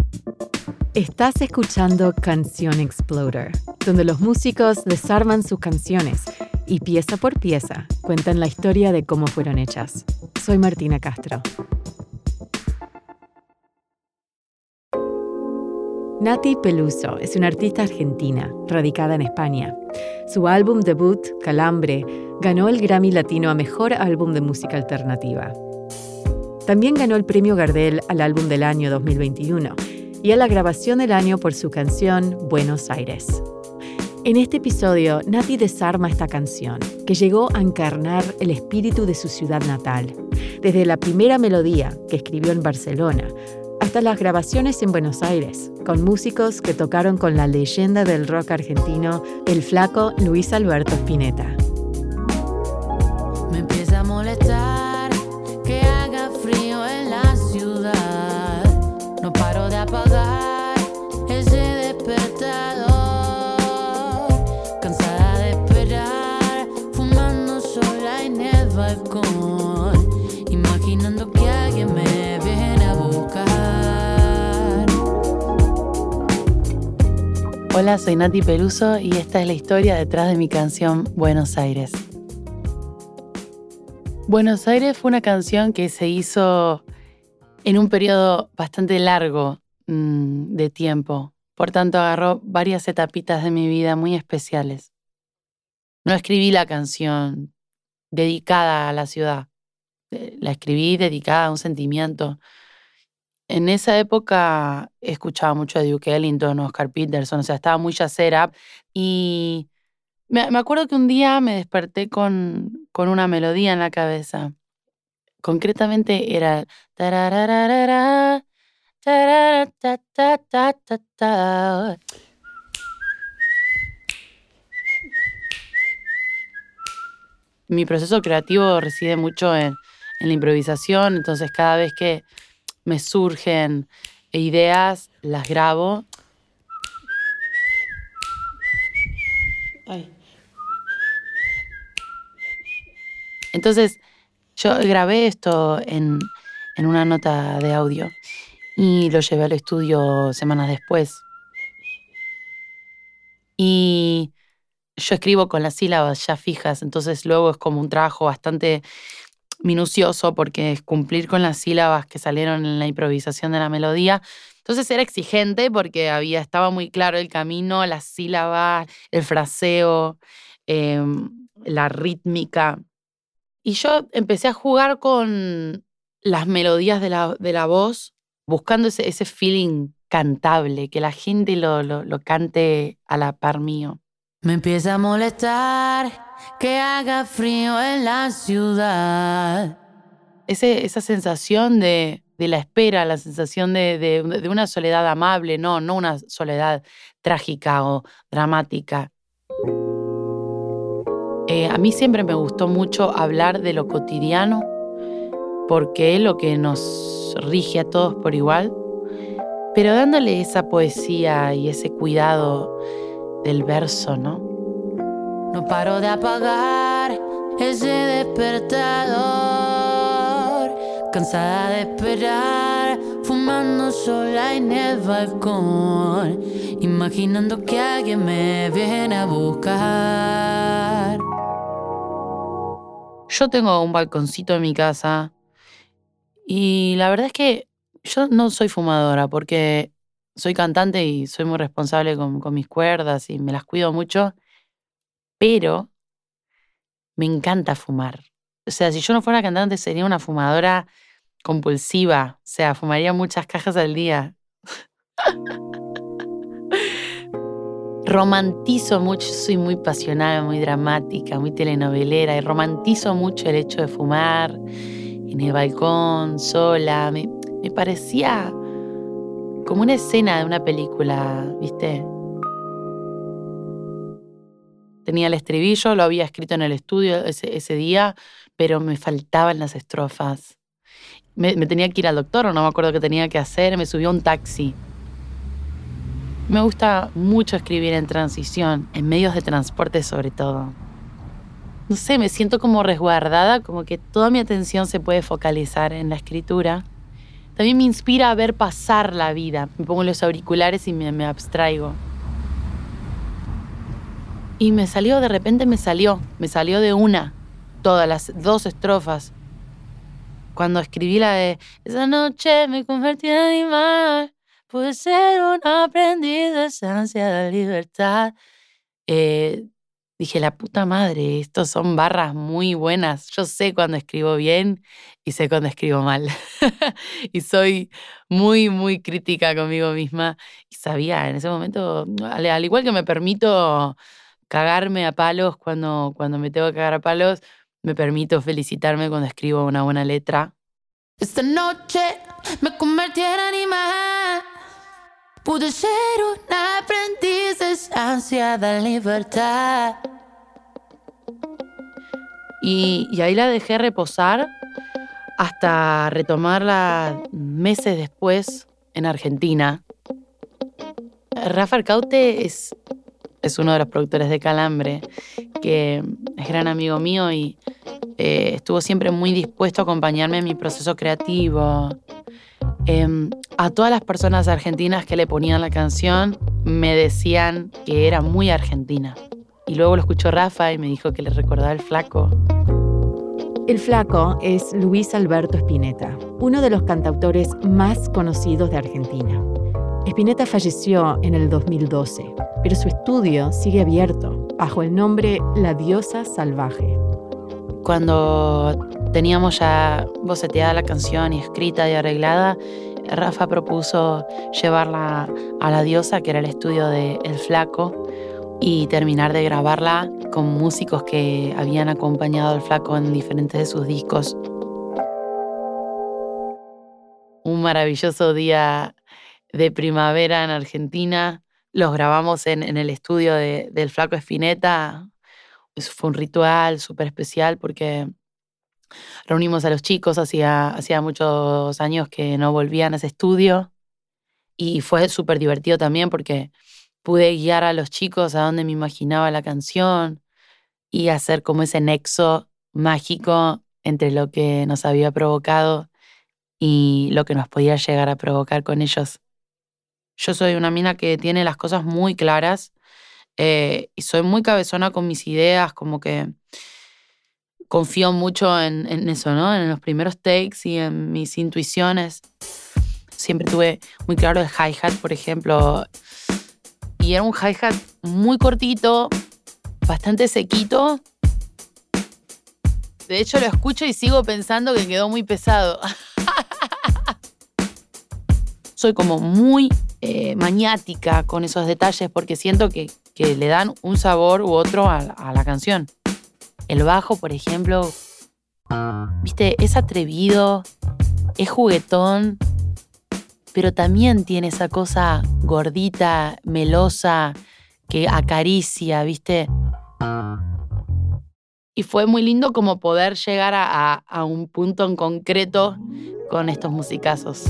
Estás escuchando Canción Exploder, donde los músicos desarman sus canciones y pieza por pieza cuentan la historia de cómo fueron hechas. Soy Martina Castro. Nati Peluso es una artista argentina, radicada en España. Su álbum debut, Calambre, ganó el Grammy Latino a Mejor Álbum de Música Alternativa. También ganó el Premio Gardel al Álbum del Año 2021 y a la Grabación del Año por su canción Buenos Aires. En este episodio, Nati desarma esta canción, que llegó a encarnar el espíritu de su ciudad natal, desde la primera melodía que escribió en Barcelona, hasta las grabaciones en Buenos Aires, con músicos que tocaron con la leyenda del rock argentino, el flaco Luis Alberto Spinetta. Me empieza a molestar que haga frío en la ciudad. No paro de apagar ese despertador. Cansada de esperar, fumando sola en el balcón, imaginando que alguien me viene a buscar. Hola, soy Nati Peluso y esta es la historia detrás de mi canción Buenos Aires. Buenos Aires fue una canción que se hizo en un periodo bastante largo de tiempo. Por tanto, agarró varias etapitas de mi vida muy especiales. No escribí la canción dedicada a la ciudad. La escribí dedicada a un sentimiento. En esa época escuchaba mucho a Duke Ellington, Oscar Peterson, o sea, estaba muy jazzera. Y me acuerdo que un día me desperté con una melodía en la cabeza. Concretamente era tarararara, tararatatatata. Mi proceso creativo reside mucho en la improvisación, entonces cada vez que me surgen ideas, las grabo. Ay. Entonces, yo grabé esto en una nota de audio y lo llevé al estudio semanas después. Y yo escribo con las sílabas ya fijas, entonces luego es como un trabajo bastante minucioso porque es cumplir con las sílabas que salieron en la improvisación de la melodía. Entonces era exigente porque estaba muy claro el camino, las sílabas, el fraseo, la rítmica. Y yo empecé a jugar con las melodías de la voz, buscando ese feeling cantable, que la gente lo cante a la par mío. Me empieza a molestar que haga frío en la ciudad. Esa sensación de la espera, la sensación de una soledad amable, no una soledad trágica o dramática. A mí siempre me gustó mucho hablar de lo cotidiano porque es lo que nos rige a todos por igual, pero dándole esa poesía y ese cuidado del verso, ¿no? No paro de apagar ese despertador, cansada de esperar, fumando sola en el balcón, imaginando que alguien me viene a buscar. Yo tengo un balconcito en mi casa y la verdad es que yo no soy fumadora porque soy cantante y soy muy responsable con mis cuerdas y me las cuido mucho, pero me encanta fumar. O sea, si yo no fuera cantante sería una fumadora compulsiva. O sea, fumaría muchas cajas al día. Romantizo mucho, soy muy pasional, muy dramática, muy telenovelera y romantizo mucho el hecho de fumar en el balcón, sola. Me parecía como una escena de una película, ¿viste? Tenía el estribillo, lo había escrito en el estudio ese día, pero me faltaban las estrofas. Me tenía que ir al doctor, o no me acuerdo qué tenía que hacer, me subió a un taxi. Me gusta mucho escribir en transición, en medios de transporte sobre todo. No sé, me siento como resguardada, como que toda mi atención se puede focalizar en la escritura. también me inspira a ver pasar la vida. Me pongo los auriculares y me abstraigo. Y de repente me salió de una, todas las 2 estrofas. Cuando escribí la de esa noche me convertí en animal, pude ser un aprendiz de esa ansia de libertad. Dije, la puta madre, estos son barras muy buenas. Yo sé cuando escribo bien y sé cuando escribo mal. Y soy muy, muy crítica conmigo misma. Y sabía en ese momento, al igual que me permito cagarme a palos cuando me tengo que cagar a palos, me permito felicitarme cuando escribo una buena letra. Esta noche me convertí en animal, pude ser un aprendiz de esa ansia de libertad. Y ahí la dejé reposar hasta retomarla meses después en Argentina. Rafa Arcaute es uno de los productores de Calambre, que es gran amigo mío y estuvo siempre muy dispuesto a acompañarme en mi proceso creativo. A todas las personas argentinas que le ponían la canción me decían que era muy argentina. Y luego lo escuchó Rafa y me dijo que le recordaba el Flaco. El Flaco es Luis Alberto Spinetta, uno de los cantautores más conocidos de Argentina. Spinetta falleció en el 2012, pero su estudio sigue abierto bajo el nombre La Diosa Salvaje. Cuando teníamos ya boceteada la canción y escrita y arreglada, Rafa propuso llevarla a La Diosa, que era el estudio de El Flaco, y terminar de grabarla con músicos que habían acompañado al Flaco en diferentes de sus discos. Un maravilloso día de primavera en Argentina. Los grabamos en el estudio del Flaco Spinetta. Eso fue un ritual súper especial porque reunimos a los chicos, hacía muchos años que no volvían a ese estudio. Y fue súper divertido también porque pude guiar a los chicos a donde me imaginaba la canción y hacer como ese nexo mágico entre lo que nos había provocado y lo que nos podía llegar a provocar con ellos. Yo soy una mina que tiene las cosas muy claras y soy muy cabezona con mis ideas, como que confío mucho en eso, ¿no? En los primeros takes y en mis intuiciones. Siempre tuve muy claro el hi-hat, por ejemplo, y era un hi-hat muy cortito, bastante sequito. De hecho, lo escucho y sigo pensando que quedó muy pesado. Soy como muy maniática con esos detalles porque siento que le dan un sabor u otro a la canción. El bajo, por ejemplo, ¿viste? Es atrevido, es juguetón, pero también tiene esa cosa gordita, melosa, que acaricia, ¿viste? Y fue muy lindo como poder llegar a un punto en concreto con estos musicazos.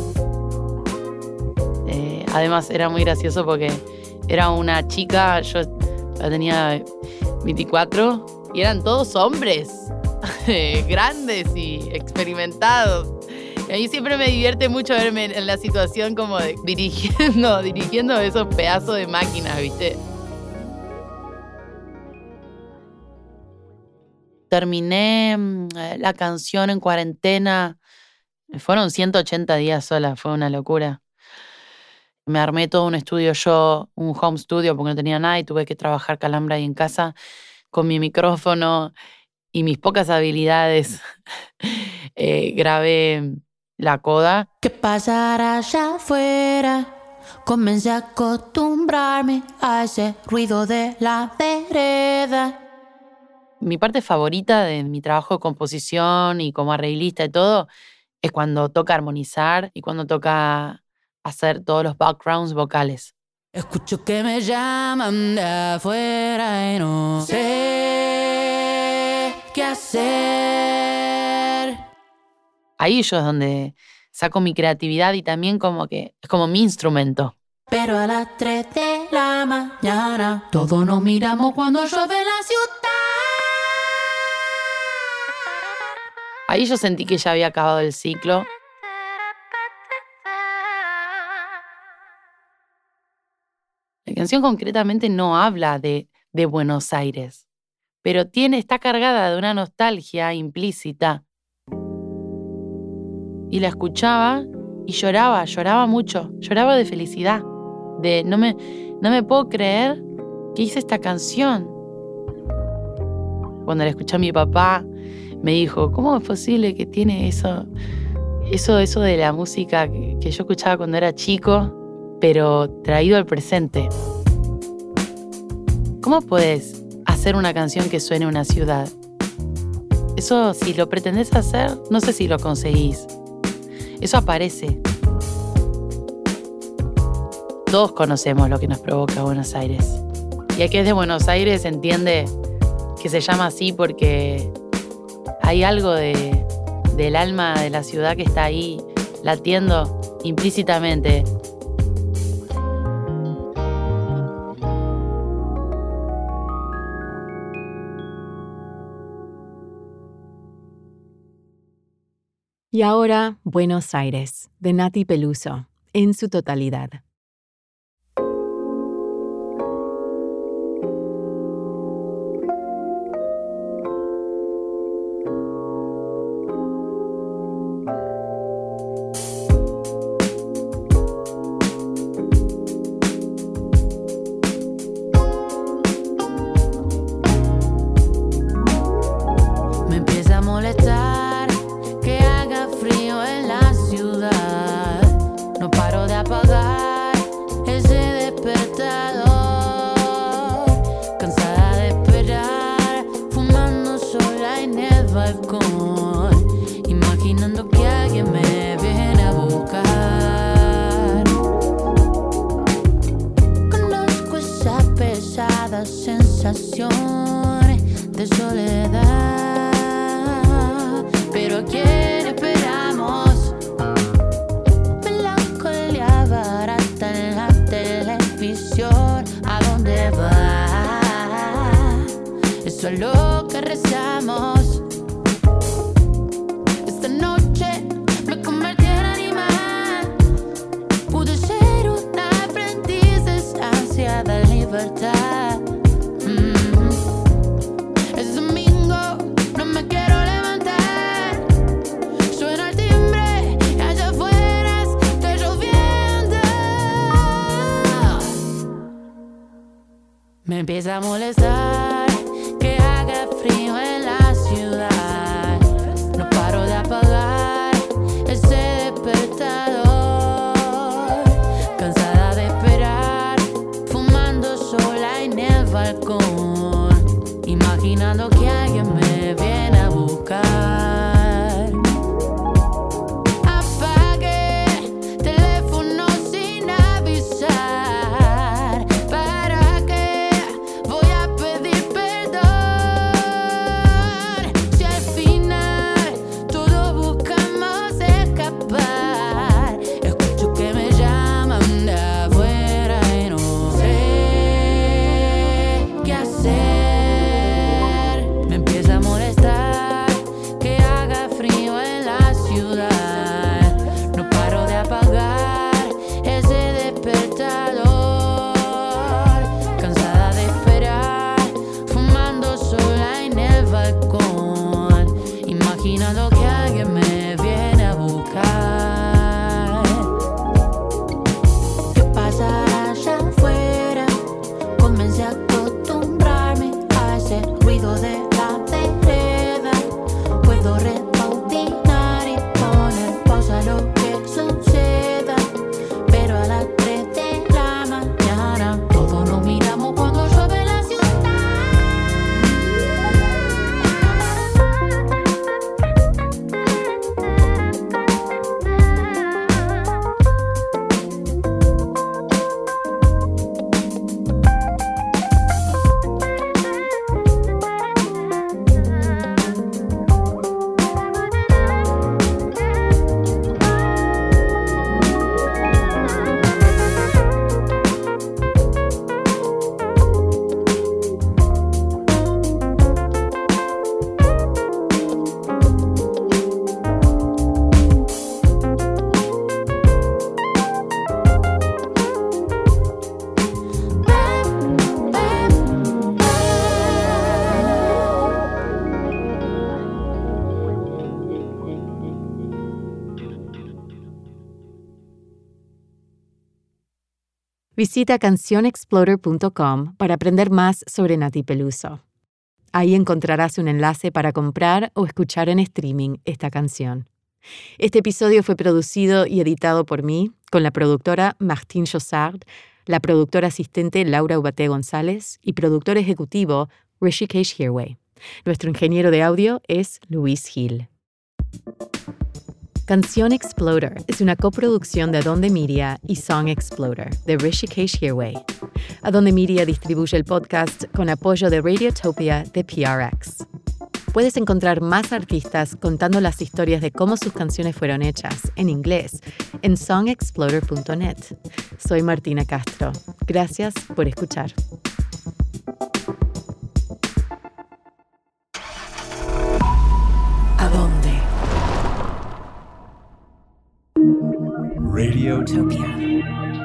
Además era muy gracioso porque era una chica, yo tenía 24 y eran todos hombres, grandes y experimentados. Y a mí siempre me divierte mucho verme en la situación como de dirigiendo esos pedazos de máquinas, ¿viste? Terminé la canción en cuarentena. Fueron 180 días sola, fue una locura. Me armé todo un estudio yo, un home studio, porque no tenía nada y tuve que trabajar Calambre ahí en casa con mi micrófono y mis pocas habilidades. Grabé La Coda. ¿Qué pasará allá afuera? Comencé a acostumbrarme a ese ruido de la vereda. Mi parte favorita de mi trabajo de composición y como arreglista y todo es cuando toca armonizar y cuando toca hacer todos los backgrounds vocales. Escucho que me llaman de afuera y no sé qué hacer. Ahí yo es donde saco mi creatividad y también como que es como mi instrumento. Pero a las 3 de la mañana todos nos miramos cuando llueve en la ciudad. Ahí yo sentí que ya había acabado el ciclo canción concretamente no habla de Buenos Aires, pero está cargada de una nostalgia implícita. Y la escuchaba y lloraba mucho, lloraba de felicidad, de no me puedo creer que hice esta canción. Cuando la escuché a mi papá, me dijo, ¿cómo es posible que tiene eso de la música que yo escuchaba cuando era chico, pero traído al presente? ¿Cómo puedes hacer una canción que suene a una ciudad? Eso, si lo pretendés hacer, no sé si lo conseguís. Eso aparece. Todos conocemos lo que nos provoca Buenos Aires. Y el que es de Buenos Aires entiende que se llama así porque hay algo del alma de la ciudad que está ahí latiendo implícitamente. Y ahora, Buenos Aires, de Nati Peluso, en su totalidad. Me empieza a molestar que haga frío en la ciudad. No paro de apagar ese despertador. Cansada de esperar, fumando sola en el balcón, imaginando que alguien me viene a buscar. Conozco esa pesada sensación de soledad, pero ¿a quién esperamos? Melancolía barata en la televisión. ¿A dónde va? Eso es lo que rezamos. Esta noche me convertí en animal. Pude ser una aprendiz de esa ansiada libertad. Es domingo, no me quiero levantar. Suena el timbre y allá afuera está lloviendo. Me empieza a molestar que haga frío en la ciudad. No paro de apagar ese despertador. Cansada de esperar, fumando sola en el balcón, imaginando que alguien me viene a buscar. Apagué teléfono sin avisar. ¿Para qué voy a pedir perdón? Si al Visita cancionexploder.com para aprender más sobre Nati Peluso. Ahí encontrarás un enlace para comprar o escuchar en streaming esta canción. Este episodio fue producido y editado por mí, con la productora Martine Chossard, la productora asistente Laura Ubaté González y productor ejecutivo Rishikesh Hirway. Nuestro ingeniero de audio es Luis Gil. Canción Exploder es una coproducción de Adonde Media y Song Exploder de Rishikesh Hirway. Adonde Media distribuye el podcast con apoyo de Radiotopia de PRX. Puedes encontrar más artistas contando las historias de cómo sus canciones fueron hechas en inglés en songexploder.net. Soy Martina Castro. Gracias por escuchar. ¿Adonde? Radiotopia.